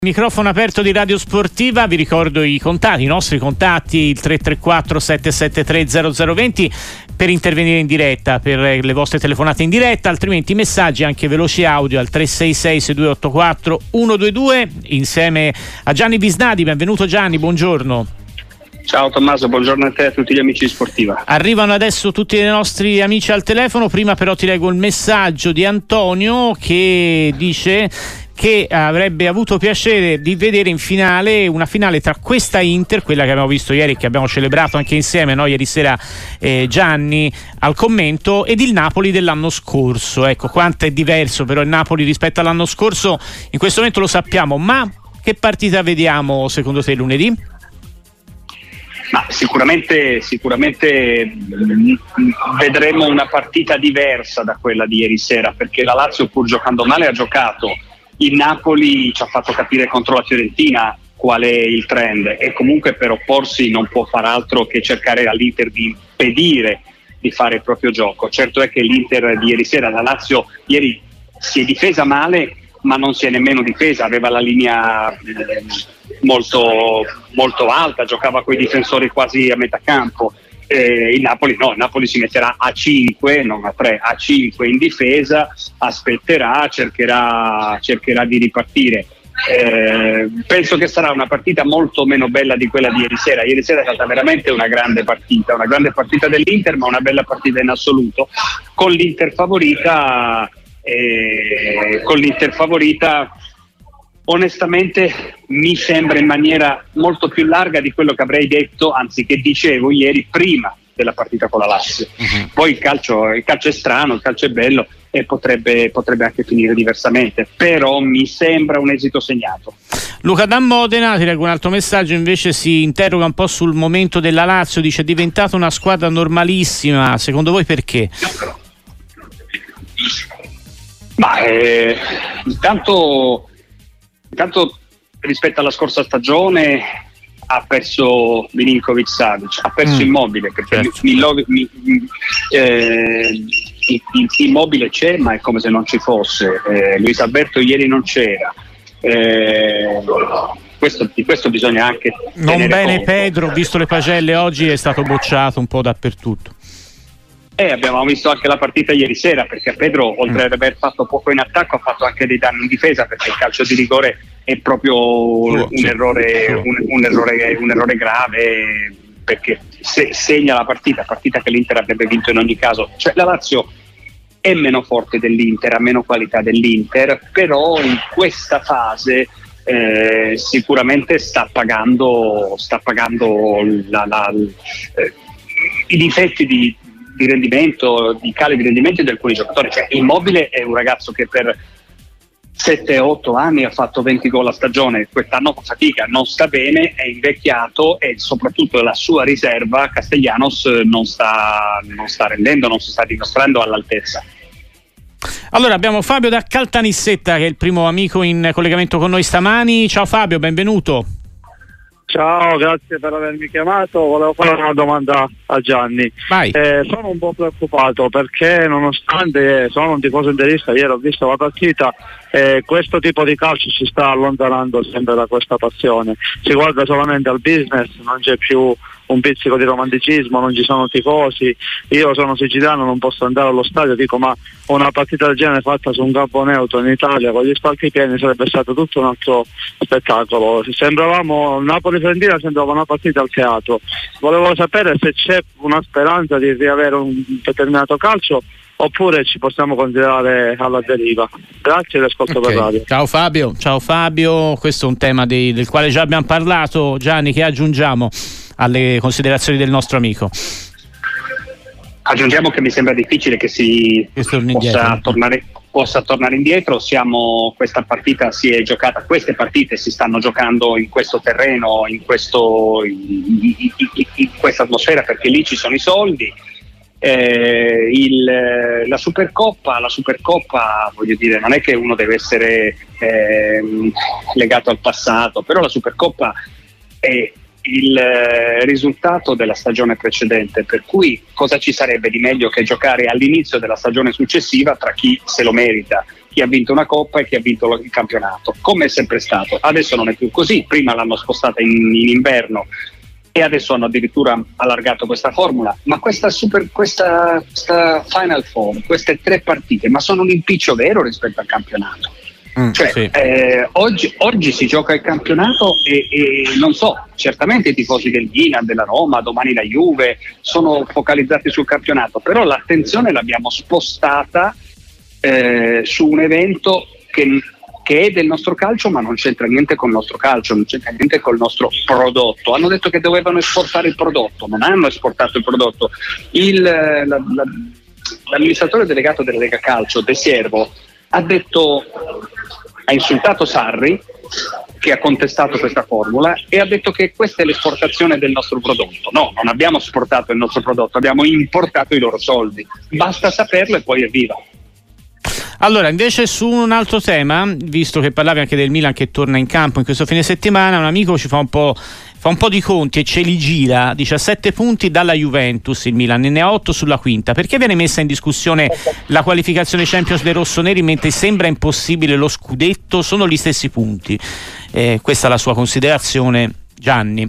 Microfono aperto di Radio Sportiva, vi ricordo i contatti, i nostri contatti, il 334 773 0020 per intervenire in diretta, per le vostre telefonate in diretta, altrimenti messaggi anche veloci audio al 366 6284 122 insieme a Gianni Bisnadi. Benvenuto Gianni, buongiorno. Ciao Tommaso, buongiorno a te e a tutti gli amici di Sportiva. Arrivano adesso tutti i nostri amici al telefono, prima però ti leggo il messaggio di Antonio che dice che avrebbe avuto piacere di vedere in finale una finale tra questa Inter, quella che abbiamo visto ieri e che abbiamo celebrato anche insieme, no? Ieri sera Gianni al commento, ed il Napoli dell'anno scorso. Ecco quanto è diverso però il Napoli rispetto all'anno scorso, in questo momento lo sappiamo, ma che partita vediamo secondo te lunedì? Ma sicuramente vedremo una partita diversa da quella di ieri sera, perché la Lazio, pur giocando male, ha giocato. Il Napoli ci ha fatto capire contro la Fiorentina qual è il trend, e comunque per opporsi non può far altro che cercare all'Inter di impedire di fare il proprio gioco. Certo è che l'Inter di ieri sera, la Lazio ieri si è difesa male, ma non si è nemmeno difesa, aveva la linea molto, molto alta, giocava con i difensori quasi a metà campo. Il Napoli no, il Napoli si metterà a 5, non a 3, a 5 in difesa, aspetterà, cercherà di ripartire. Penso che sarà una partita molto meno bella di quella di ieri sera. Ieri sera è stata veramente una grande partita dell'Inter, ma una bella partita in assoluto, con l'Inter favorita. Onestamente mi sembra in maniera molto più larga di quello che avrei detto, anzi che dicevo ieri prima della partita con la Lazio. Poi il calcio è strano, il calcio è bello e potrebbe anche finire diversamente, però mi sembra un esito segnato. Luca da Modena, ti leggo un altro messaggio, invece si interroga un po' sul momento della Lazio, dice: è diventata una squadra normalissima, secondo voi perché? Ma intanto rispetto alla scorsa stagione ha perso Milinkovic-Savic, ha perso Immobile, perché Immobile c'è ma è come se non ci fosse. Luis Alberto ieri non c'era. Di questo bisogna anche non bene conto. Pedro, visto le pagelle oggi, è stato bocciato un po' dappertutto. Abbiamo visto anche la partita ieri sera, perché Pedro, oltre ad aver fatto poco in attacco, ha fatto anche dei danni in difesa, perché il calcio di rigore è proprio un errore grave, perché segna la partita che l'Inter avrebbe vinto in ogni caso. Cioè, la Lazio è meno forte dell'Inter, ha meno qualità dell'Inter, però in questa fase sicuramente sta pagando i difetti di rendimento, di calo di rendimento di alcuni giocatori. Cioè, Immobile è un ragazzo che per 7-8 anni ha fatto 20 gol a stagione, quest'anno con fatica, non sta bene, è invecchiato, e soprattutto la sua riserva Castellanos non sta rendendo, non si sta dimostrando all'altezza. Allora abbiamo Fabio da Caltanissetta, che è il primo amico in collegamento con noi stamani. Ciao Fabio, benvenuto. Ciao, grazie per avermi chiamato. Volevo fare una domanda a Gianni. Sono un po' preoccupato perché, nonostante sono un tifoso interista, ieri ho visto la partita, questo tipo di calcio si sta allontanando sempre da questa passione. Si guarda solamente al business, non c'è più un pizzico di romanticismo, non ci sono tifosi. Io sono siciliano, non posso andare allo stadio, dico, ma una partita del genere fatta su un campo neutro in Italia con gli spalti pieni sarebbe stato tutto un altro spettacolo. Napoli-Fiorentina sembrava una partita al teatro. Volevo sapere se c'è una speranza di riavere un determinato calcio oppure ci possiamo considerare alla deriva. Grazie e ascolto per radio. Ciao Fabio, questo è un tema del quale già abbiamo parlato. Gianni, che aggiungiamo alle considerazioni del nostro amico? Aggiungiamo che mi sembra difficile che si possa tornare indietro. Questa partita si è giocata, queste partite si stanno giocando in questo terreno, in questa atmosfera, perché lì ci sono i soldi. La Supercoppa, voglio dire, non è che uno deve essere legato al passato, però la Supercoppa è il risultato della stagione precedente, per cui cosa ci sarebbe di meglio che giocare all'inizio della stagione successiva tra chi se lo merita, chi ha vinto una coppa e chi ha vinto il campionato, come è sempre stato. Adesso non è più così, prima l'hanno spostata in inverno e adesso hanno addirittura allargato questa formula, ma questa Final Four, queste 3 partite, ma sono un impiccio vero rispetto al campionato. Sì. Oggi si gioca il campionato e non so, certamente i tifosi del Milan, della Roma, domani la Juve sono focalizzati sul campionato, però l'attenzione l'abbiamo spostata su un evento che è del nostro calcio, ma non c'entra niente con il nostro calcio, non c'entra niente col nostro prodotto. Hanno detto che dovevano esportare il prodotto, non hanno esportato il prodotto. L'amministratore delegato della Lega Calcio, De Siervo, ha insultato Sarri, che ha contestato questa formula, e ha detto che questa è l'esportazione del nostro prodotto. No, non abbiamo esportato il nostro prodotto, abbiamo importato i loro soldi. Basta saperlo e poi evviva. Allora, invece, su un altro tema, visto che parlavi anche del Milan che torna in campo in questo fine settimana, un amico ci fa un po' di conti e ce li gira. 17 punti dalla Juventus il Milan, ne ha 8 sulla quinta. Perché viene messa in discussione la qualificazione Champions dei rossoneri mentre sembra impossibile lo scudetto? Sono gli stessi punti. Questa è la sua considerazione, Gianni.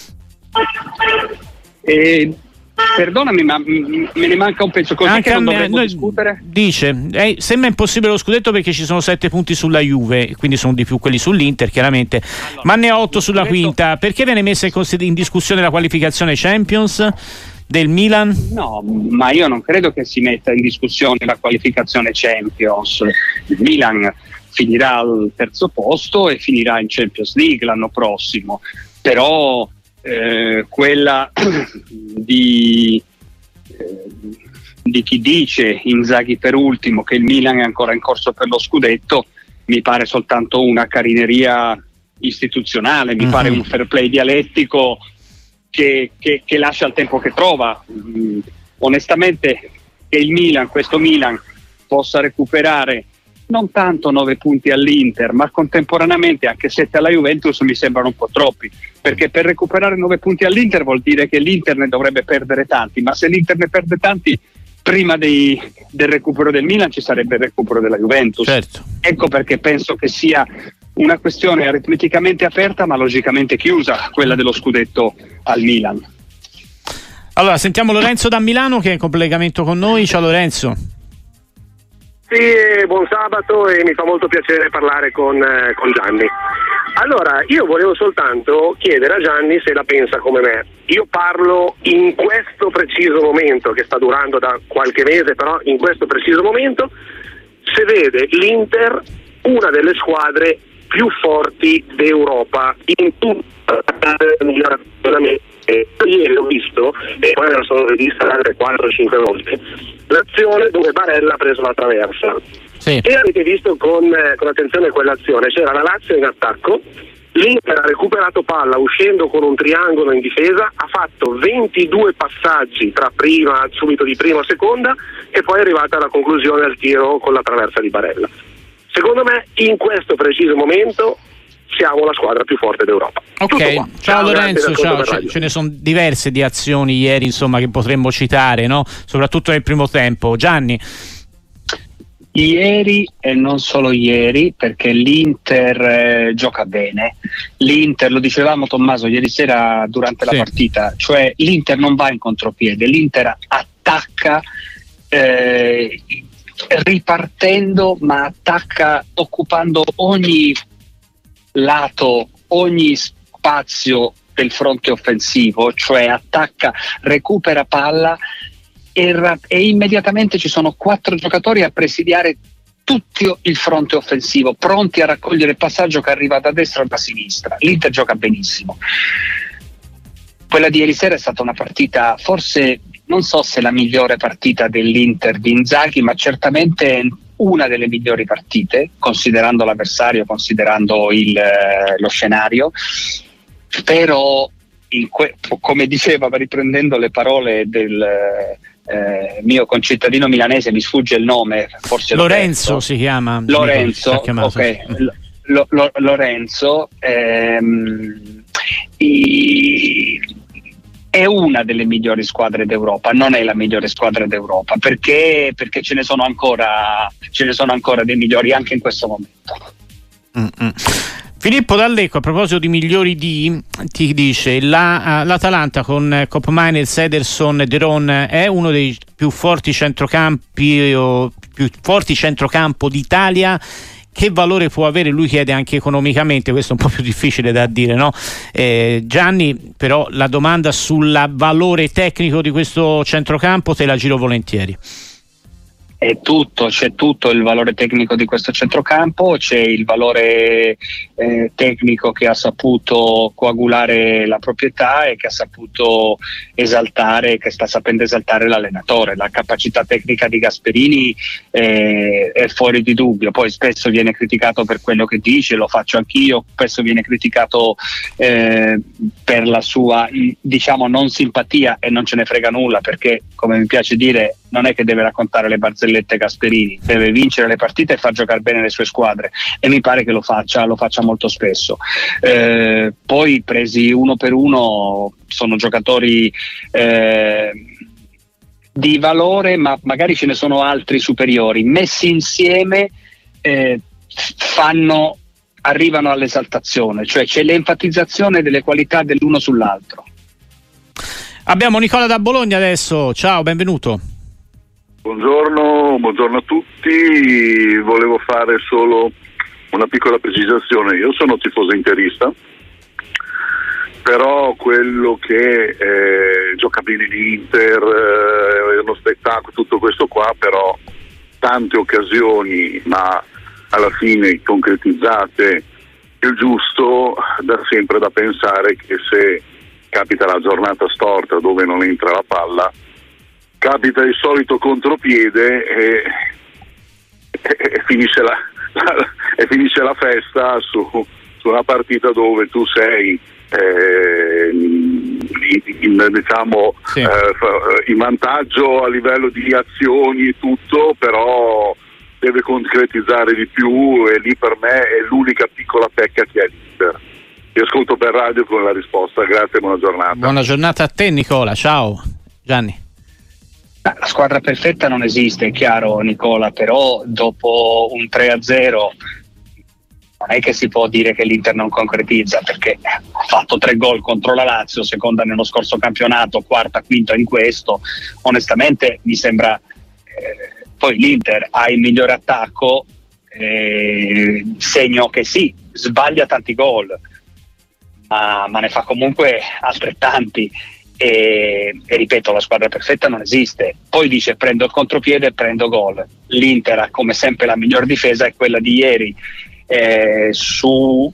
Perdonami, ma me ne manca un pezzo, così anche che non dovremmo discutere. Dice, sembra impossibile lo scudetto perché ci sono 7 punti sulla Juve, quindi sono di più quelli sull'Inter chiaramente, ma ne ha 8 sulla quinta. Perché viene messa in discussione la qualificazione Champions del Milan? No, ma io non credo che si metta in discussione la qualificazione Champions. Il Milan finirà al terzo posto e finirà in Champions League l'anno prossimo, però quella di chi dice, Inzaghi per ultimo, che il Milan è ancora in corso per lo scudetto, mi pare soltanto una carineria istituzionale, mi pare un fair play dialettico che lascia il tempo che trova. Onestamente, che il Milan, questo Milan, possa recuperare non tanto 9 punti all'Inter, ma contemporaneamente anche 7 alla Juventus mi sembrano un po' troppi, perché per recuperare 9 punti all'Inter vuol dire che l'Inter ne dovrebbe perdere tanti, ma se l'Inter ne perde tanti, prima del recupero del Milan ci sarebbe il recupero della Juventus. Certo. Ecco perché penso che sia una questione aritmeticamente aperta ma logicamente chiusa, quella dello scudetto al Milan. Allora, sentiamo Lorenzo da Milano che è in collegamento con noi. Ciao Lorenzo. Sì, buon sabato, e mi fa molto piacere parlare con Gianni. Allora, io volevo soltanto chiedere a Gianni se la pensa come me. Io parlo in questo preciso momento, che sta durando da qualche mese, però in questo preciso momento, se vede l'Inter una delle squadre più forti d'Europa in tutta la ieri ho visto, e poi me la sono rivista altre 4-5 volte, l'azione dove Barella ha preso la traversa. Sì. E avete visto con attenzione quell'azione, c'era la Lazio in attacco, l'Inter ha recuperato palla uscendo con un triangolo in difesa, ha fatto 22 passaggi tra subito di prima o seconda, e poi è arrivata alla conclusione al tiro con la traversa di Barella. Secondo me in questo preciso momento siamo la squadra più forte d'Europa. Ok, ciao Lorenzo, ciao. Ce ne sono diverse di azioni ieri, insomma, che potremmo citare, no? Soprattutto nel primo tempo. Gianni? Ieri e non solo ieri, perché l'Inter gioca bene. L'Inter, lo dicevamo Tommaso ieri sera durante la partita, cioè l'Inter non va in contropiede, l'Inter attacca ripartendo, ma attacca occupando ogni lato, ogni spazio del fronte offensivo, cioè attacca, recupera palla e immediatamente ci sono 4 giocatori a presidiare tutto il fronte offensivo, pronti a raccogliere il passaggio che arriva da destra o da sinistra. L'Inter gioca benissimo. Quella di ieri sera è stata una partita, forse non so se la migliore partita dell'Inter di Inzaghi, ma certamente una delle migliori partite, considerando l'avversario, considerando lo scenario. Però come diceva, riprendendo le parole del mio concittadino milanese, mi sfugge il nome, forse Lorenzo si chiama. Lorenzo, ok. Lorenzo, è una delle migliori squadre d'Europa, non è la migliore squadra d'Europa, perché ce ne sono ancora dei migliori anche in questo momento. Filippo D'Allecco, a proposito di migliori ti dice l'Atalanta con Koopmeiners, Ederson e De Roon è uno dei più forti centrocampo d'Italia. Che valore può avere? Lui chiede anche economicamente, questo è un po' più difficile da dire, no? Gianni, però la domanda sul valore tecnico di questo centrocampo te la giro volentieri. C'è tutto il valore tecnico di questo centrocampo, c'è il valore tecnico che ha saputo coagulare la proprietà e che ha saputo esaltare, che sta sapendo esaltare l'allenatore. La capacità tecnica di Gasperini è fuori di dubbio, poi spesso viene criticato per quello che dice, lo faccio anch'io, spesso viene criticato per la sua non simpatia, e non ce ne frega nulla, perché come mi piace dire non è che deve raccontare le barzellette Gasperini, deve vincere le partite e far giocare bene le sue squadre, e mi pare che lo faccia molto spesso. Poi presi uno per uno sono giocatori di valore, ma magari ce ne sono altri superiori, messi insieme arrivano all'esaltazione, cioè c'è l'enfatizzazione delle qualità dell'uno sull'altro. Abbiamo Nicola da Bologna adesso, ciao, benvenuto. Buongiorno a tutti, volevo fare solo una piccola precisazione. Io sono tifoso interista, però quello che gioca bene l'Inter, è uno spettacolo, tutto questo qua, però tante occasioni, ma alla fine concretizzate il giusto, dà sempre da pensare che se capita la giornata storta dove non entra la palla, capita il solito contropiede e finisce la festa su una partita dove tu sei in vantaggio a livello di azioni e tutto, però deve concretizzare di più, e lì per me è l'unica piccola pecca che ha l'Inter. Ti ascolto per radio con la risposta, grazie, buona giornata. Buona giornata a te Nicola, ciao. Gianni. La squadra perfetta non esiste, è chiaro Nicola, però dopo un 3-0 non è che si può dire che l'Inter non concretizza, perché ha fatto 3 gol contro la Lazio, seconda nello scorso campionato, quarta, quinta in questo. Onestamente mi sembra poi l'Inter ha il migliore attacco, segno che sì, sbaglia tanti gol, ma ne fa comunque altrettanti. E ripeto, la squadra perfetta non esiste. Poi dice prendo il contropiede e prendo gol. L'Inter ha come sempre la miglior difesa, è quella di ieri, su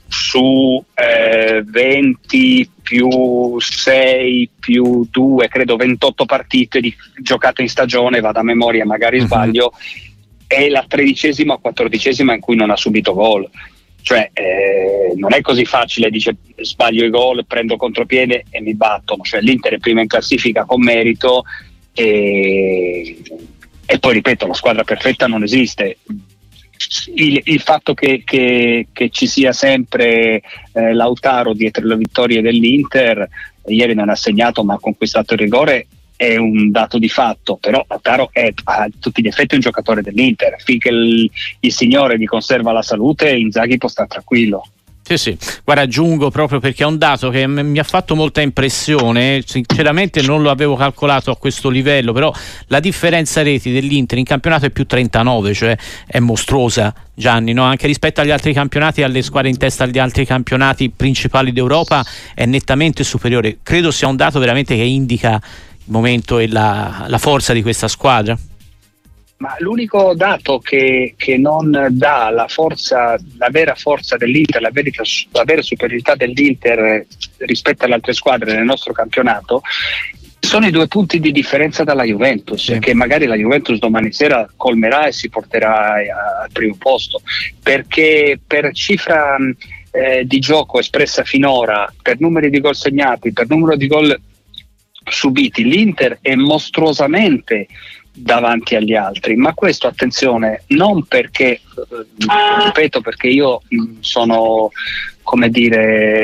20 più 6 più 2, credo 28 partite giocate in stagione, vado a memoria, magari sbaglio, è la 13ª o 14ª in cui non ha subito gol. Cioè non è così facile, dice sbaglio i gol, prendo contropiede e mi battono. Cioè l'Inter è prima in classifica con merito, e poi ripeto, la squadra perfetta non esiste. Il fatto che ci sia sempre Lautaro dietro le vittorie dell'Inter, ieri non ha segnato ma ha conquistato il rigore, è un dato di fatto, però Lautaro è a tutti gli effetti un giocatore dell'Inter. Finché il signore gli conserva la salute, Inzaghi può stare tranquillo. Sì, guarda, aggiungo proprio perché è un dato che mi ha fatto molta impressione, sinceramente non lo avevo calcolato a questo livello, però la differenza reti dell'Inter in campionato è più 39, cioè è mostruosa, Gianni, no? Anche rispetto agli altri campionati, alle squadre in testa agli altri campionati principali d'Europa è nettamente superiore. Credo sia un dato veramente che indica il momento e la forza di questa squadra. Ma l'unico dato che non dà la vera forza dell'Inter, la vera superiorità dell'Inter rispetto alle altre squadre nel nostro campionato, sono i 2 punti di differenza dalla Juventus, sì, che magari la Juventus domani sera colmerà e si porterà al primo posto, perché per cifra di gioco espressa finora, per numeri di gol segnati, per numero di gol subiti, l'Inter è mostruosamente davanti agli altri. Ma questo, attenzione, non perché ripeto, perché io sono, come dire,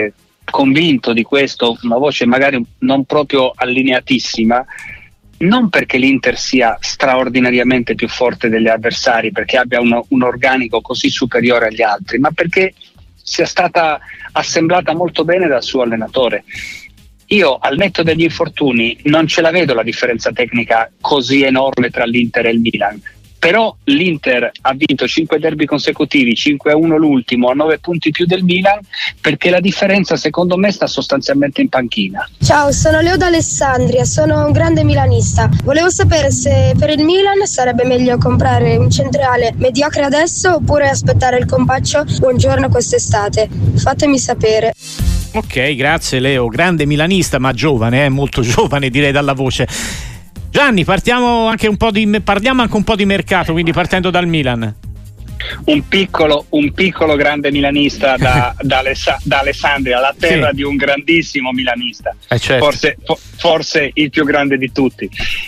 convinto di questo, una voce magari non proprio allineatissima, non perché l'Inter sia straordinariamente più forte degli avversari, perché abbia un organico così superiore agli altri, ma perché sia stata assemblata molto bene dal suo allenatore. Io, al netto degli infortuni, non ce la vedo la differenza tecnica così enorme tra l'Inter e il Milan. Però l'Inter ha vinto 5 derby consecutivi, 5-1 l'ultimo, a 9 punti più del Milan, perché la differenza secondo me sta sostanzialmente in panchina. Ciao, sono Leo d'Alessandria, sono un grande milanista. Volevo sapere se per il Milan sarebbe meglio comprare un centrale mediocre adesso oppure aspettare il compaccio buongiorno quest'estate. Fatemi sapere. Ok, grazie Leo, grande milanista ma giovane, molto giovane direi dalla voce. Gianni, parliamo anche un po' di mercato, quindi partendo dal Milan. Un piccolo grande milanista da Alessandria, la terra di un grandissimo milanista, certo. forse il più grande di tutti.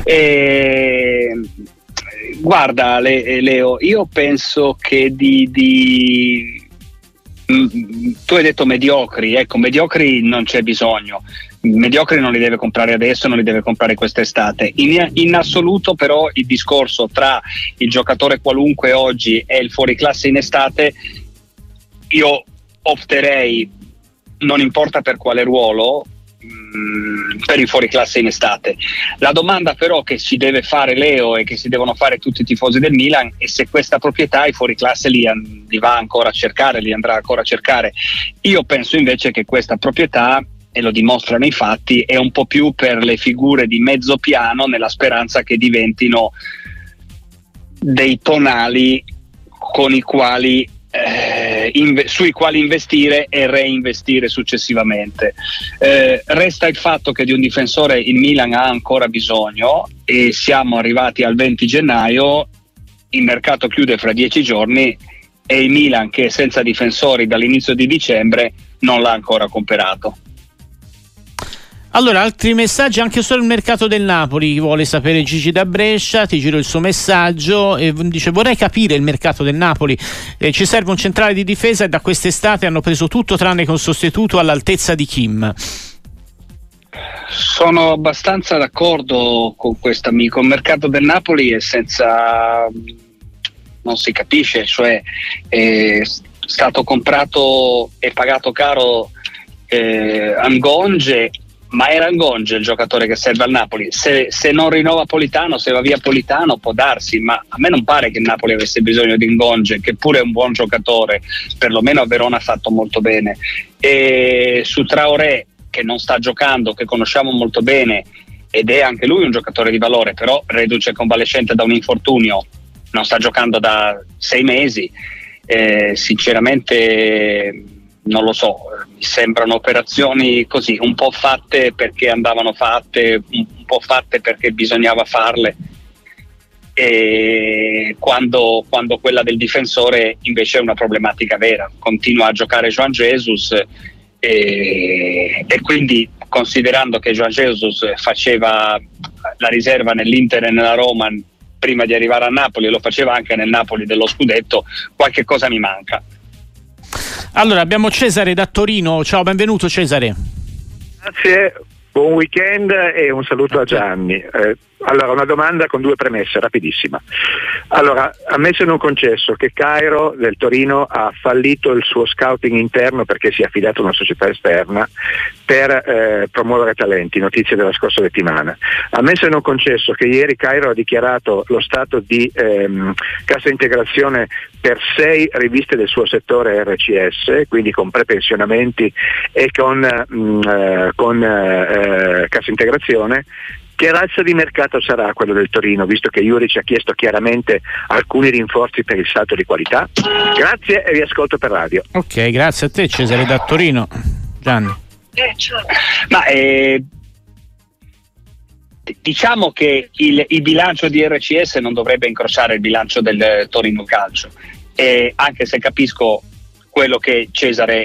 Guarda Leo, io penso che tu hai detto mediocri, ecco, mediocri non c'è bisogno. Mediocri non li deve comprare adesso, non li deve comprare quest'estate. In assoluto però il discorso tra il giocatore qualunque oggi e il fuoriclasse in estate, io opterei, non importa per quale ruolo, per il fuoriclasse in estate. La domanda però che si deve fare Leo e che si devono fare tutti i tifosi del Milan è se questa proprietà i fuoriclasse li va ancora a cercare, li andrà ancora a cercare. Io penso invece che questa proprietà, e lo dimostrano i fatti, è un po' più per le figure di mezzo piano, nella speranza che diventino dei tonali con i quali sui quali investire e reinvestire successivamente. Resta il fatto che di un difensore il Milan ha ancora bisogno e siamo arrivati al 20 gennaio, il mercato chiude fra 10 giorni e il Milan, che è senza difensori dall'inizio di dicembre, non l'ha ancora comperato. Allora, altri messaggi anche sul mercato del Napoli. Chi vuole sapere? Gigi da Brescia, ti giro il suo messaggio e dice: vorrei capire il mercato del Napoli, ci serve un centrale di difesa e da quest'estate hanno preso tutto tranne che un sostituto all'altezza di Kim. Sono abbastanza d'accordo con questo amico. Il mercato del Napoli è non si capisce, cioè è stato comprato e pagato caro Angonge, ma era Angonge il giocatore che serve al Napoli. Se non rinnova Politano, se va via Politano, può darsi, ma a me non pare che il Napoli avesse bisogno di Angonge, che pure è un buon giocatore, perlomeno a Verona ha fatto molto bene. E su Traoré, che non sta giocando, che conosciamo molto bene ed è anche lui un giocatore di valore, però reduce convalescente da un infortunio, non sta giocando da 6 mesi, sinceramente non lo so, mi sembrano operazioni così, un po' fatte perché andavano fatte, un po' fatte perché bisognava farle, e quando quella del difensore invece è una problematica vera. Continua a giocare João Jesus e quindi, considerando che João Jesus faceva la riserva nell'Inter e nella Roma prima di arrivare a Napoli, e lo faceva anche nel Napoli dello scudetto, qualche cosa mi manca. Allora, abbiamo Cesare da Torino. Ciao, benvenuto Cesare. Grazie, buon weekend e un saluto a Gianni. Allora, una domanda con 2 premesse, rapidissima. Allora, ammesso e non concesso che Cairo del Torino ha fallito il suo scouting interno perché si è affidato a una società esterna per promuovere talenti, notizie della scorsa settimana. Ammesso e non concesso che ieri Cairo ha dichiarato lo stato di cassa integrazione per 6 riviste del suo settore RCS, quindi con prepensionamenti e con cassa integrazione. Che razza di mercato sarà quello del Torino, visto che Juric ha chiesto chiaramente alcuni rinforzi per il salto di qualità? Grazie e vi ascolto per radio. Ok, grazie a te Cesare da Torino. Gianni. Ma diciamo che il bilancio di RCS non dovrebbe incrociare il bilancio del Torino Calcio, anche se capisco quello che Cesare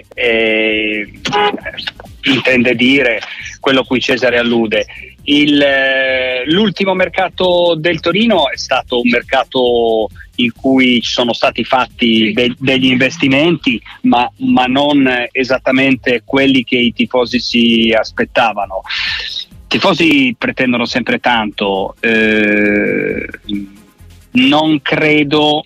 intende dire, quello a cui Cesare allude. L'ultimo mercato del Torino è stato un mercato in cui ci sono stati fatti degli investimenti, ma non esattamente quelli che i tifosi si aspettavano. I tifosi pretendono sempre tanto, non credo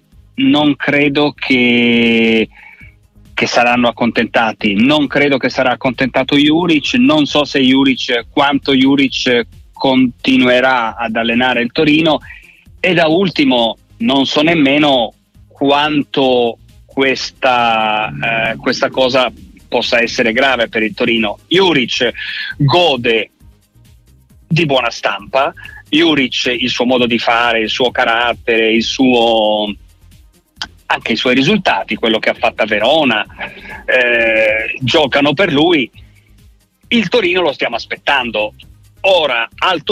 che saranno accontentati, non credo che sarà accontentato Juric, non so se quanto Juric continuerà ad allenare il Torino, e da ultimo non so nemmeno quanto questa cosa possa essere grave per il Torino. Juric gode di buona stampa, Juric, il suo modo di fare, il suo carattere, anche i suoi risultati, quello che ha fatto a Verona, giocano per lui. Il Torino lo stiamo aspettando. Ora,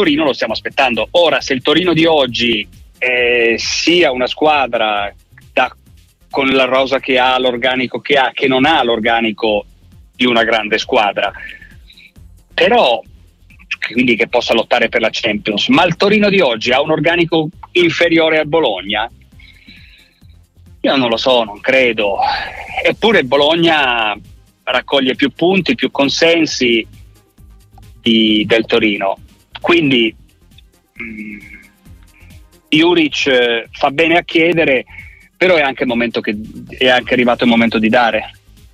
se il Torino di oggi sia una squadra con la rosa che ha, l'organico che ha, che non ha l'organico di una grande squadra, però quindi che possa lottare per la Champions, ma il Torino di oggi ha un organico inferiore al Bologna? Io non lo so, non credo. Eppure il Bologna raccoglie più punti, più consensi del Torino. Quindi Juric fa bene a chiedere, però è anche arrivato il momento di dare.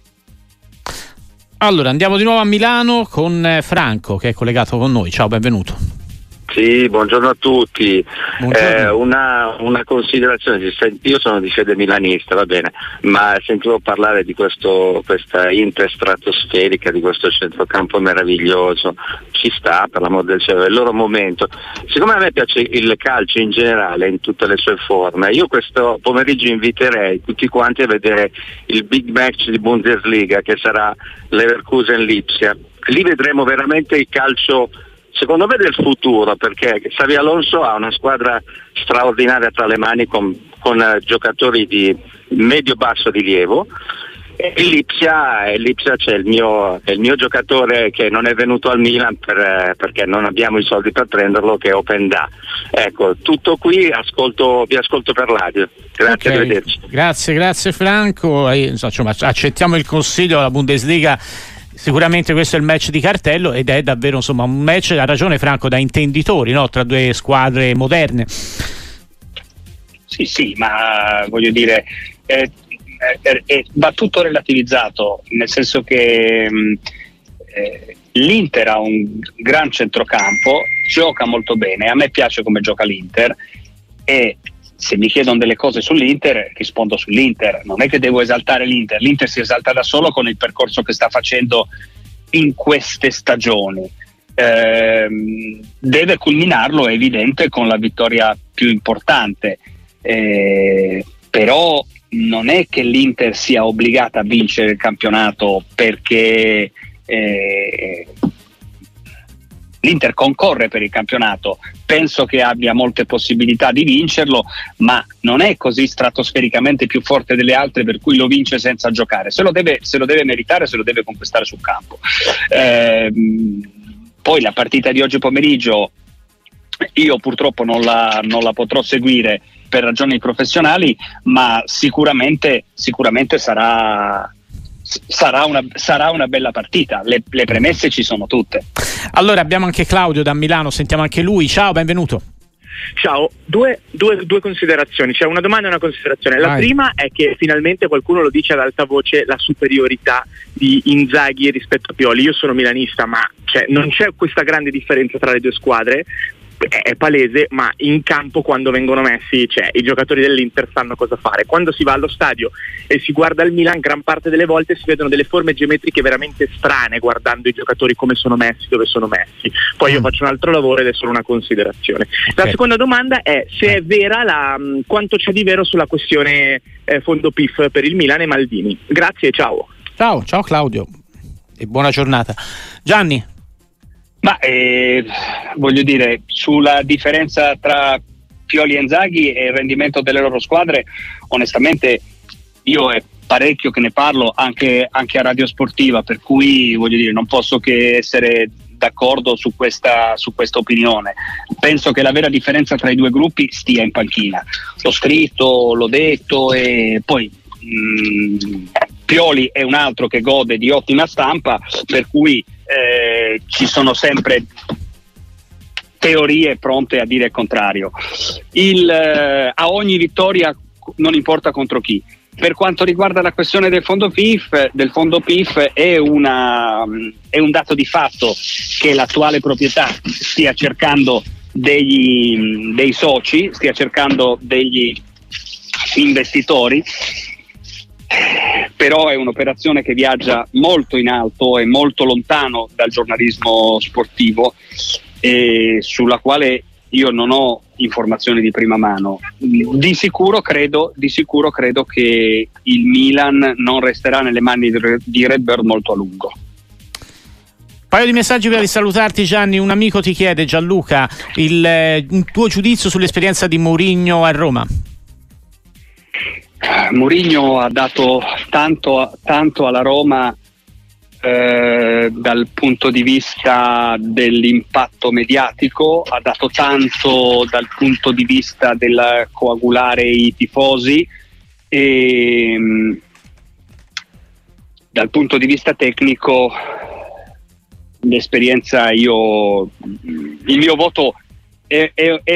Allora andiamo di nuovo a Milano con Franco, che è collegato con noi. Ciao, benvenuto. Sì, buongiorno a tutti. Una considerazione, io sono di fede milanista, va bene, ma sentivo parlare di questa Inter stratosferica, di questo centrocampo meraviglioso. Ci sta, per l'amor del cielo, è il loro momento. Siccome a me piace il calcio in generale, in tutte le sue forme, io questo pomeriggio inviterei tutti quanti a vedere il big match di Bundesliga, che sarà Leverkusen-Lipsia. Lì vedremo veramente il calcio, secondo me, del futuro, perché Xabi Alonso ha una squadra straordinaria tra le mani con giocatori di medio-basso rilievo. E in Lipsia c'è il mio giocatore che non è venuto al Milan perché non abbiamo i soldi per prenderlo, che è Openda. Ecco, tutto qui, vi ascolto per radio. Grazie, okay. Arrivederci. Grazie Franco. Accettiamo il consiglio della Bundesliga. Sicuramente questo è il match di cartello ed è davvero un match, ha ragione Franco, da intenditori, no? Tra due squadre moderne. Sì, ma voglio dire, va tutto relativizzato, nel senso che l'Inter ha un gran centrocampo, gioca molto bene, a me piace come gioca l'Inter, e se mi chiedono delle cose sull'Inter rispondo sull'Inter, non è che devo esaltare l'Inter si esalta da solo con il percorso che sta facendo in queste stagioni, deve culminarlo, è evidente, con la vittoria più importante, però non è che l'Inter sia obbligata a vincere il campionato, perché l'Inter concorre per il campionato, penso che abbia molte possibilità di vincerlo, ma non è così stratosfericamente più forte delle altre per cui lo vince senza giocare, se lo deve meritare, se lo deve conquistare sul campo. Poi la partita di oggi pomeriggio io purtroppo non la potrò seguire per ragioni professionali, ma sicuramente sarà una bella partita, le premesse ci sono tutte. Allora abbiamo anche Claudio da Milano, sentiamo anche lui. Ciao, benvenuto. Ciao, due considerazioni, c'è una domanda e una considerazione. La prima è che finalmente qualcuno lo dice ad alta voce, la superiorità di Inzaghi rispetto a Pioli. Io sono milanista, ma non c'è questa grande differenza tra le due squadre, è palese, ma in campo quando vengono messi, i giocatori dell'Inter sanno cosa fare. Quando si va allo stadio e si guarda il Milan, gran parte delle volte si vedono delle forme geometriche veramente strane guardando i giocatori come sono messi, dove sono messi. Poi io faccio un altro lavoro ed è solo una considerazione. La seconda domanda è se è vera quanto c'è di vero sulla questione fondo PIF per il Milan e Maldini. Grazie e ciao. Ciao Claudio e buona giornata. Gianni. Ma voglio dire, sulla differenza tra Pioli e Inzaghi e il rendimento delle loro squadre, onestamente io è parecchio che ne parlo anche a Radio Sportiva, per cui voglio dire, non posso che essere d'accordo su questa opinione. Penso che la vera differenza tra i due gruppi stia in panchina. L'ho scritto, l'ho detto, e poi Pioli è un altro che gode di ottima stampa, per cui ci sono sempre teorie pronte a dire il contrario. A ogni vittoria, non importa contro chi. Per quanto riguarda la questione del fondo PIF è un dato di fatto che l'attuale proprietà stia cercando dei soci, stia cercando degli investitori, però è un'operazione che viaggia molto in alto e molto lontano dal giornalismo sportivo, e sulla quale io non ho informazioni di prima mano. Di sicuro credo che il Milan non resterà nelle mani di Redbird molto a lungo. Un paio di messaggi per salutarti, Gianni. Un amico ti chiede, Gianluca, un tuo giudizio sull'esperienza di Mourinho a Roma. Mourinho ha dato tanto alla Roma dal punto di vista dell'impatto mediatico, ha dato tanto dal punto di vista del coagulare i tifosi, e dal punto di vista tecnico l'esperienza, il mio voto è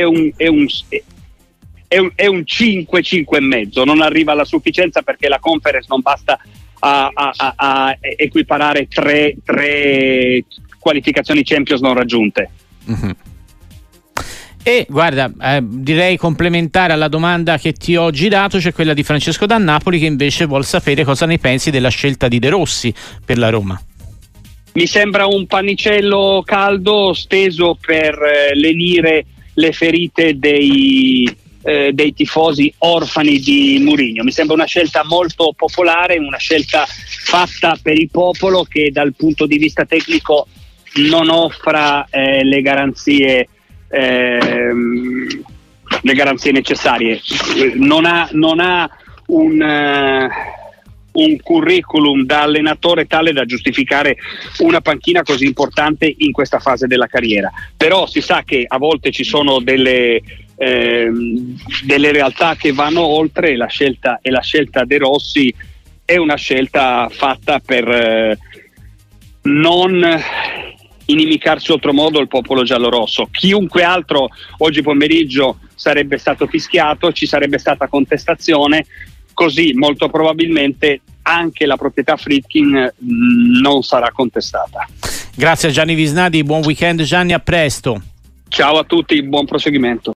un 5 e mezzo, non arriva alla sufficienza perché la Conference non basta a equiparare tre qualificazioni Champions non raggiunte. Mm-hmm. E guarda, direi complementare alla domanda che ti ho girato, c'è quella di Francesco da Napoli, che invece vuol sapere cosa ne pensi della scelta di De Rossi per la Roma. Mi sembra un pannicello caldo steso per lenire le ferite dei tifosi orfani di Mourinho. Mi sembra una scelta molto popolare, una scelta fatta per il popolo, che dal punto di vista tecnico non offra le garanzie necessarie. Non ha un curriculum da allenatore tale da giustificare una panchina così importante in questa fase della carriera. Però si sa che a volte ci sono delle realtà che vanno oltre, e la scelta De Rossi è una scelta fatta per non inimicarsi oltremodo il popolo giallorosso. Chiunque altro oggi pomeriggio sarebbe stato fischiato, ci sarebbe stata contestazione, così molto probabilmente anche la proprietà Friedkin non sarà contestata. Grazie a Gianni Visnadi, buon weekend Gianni, a presto. Ciao a tutti, buon proseguimento.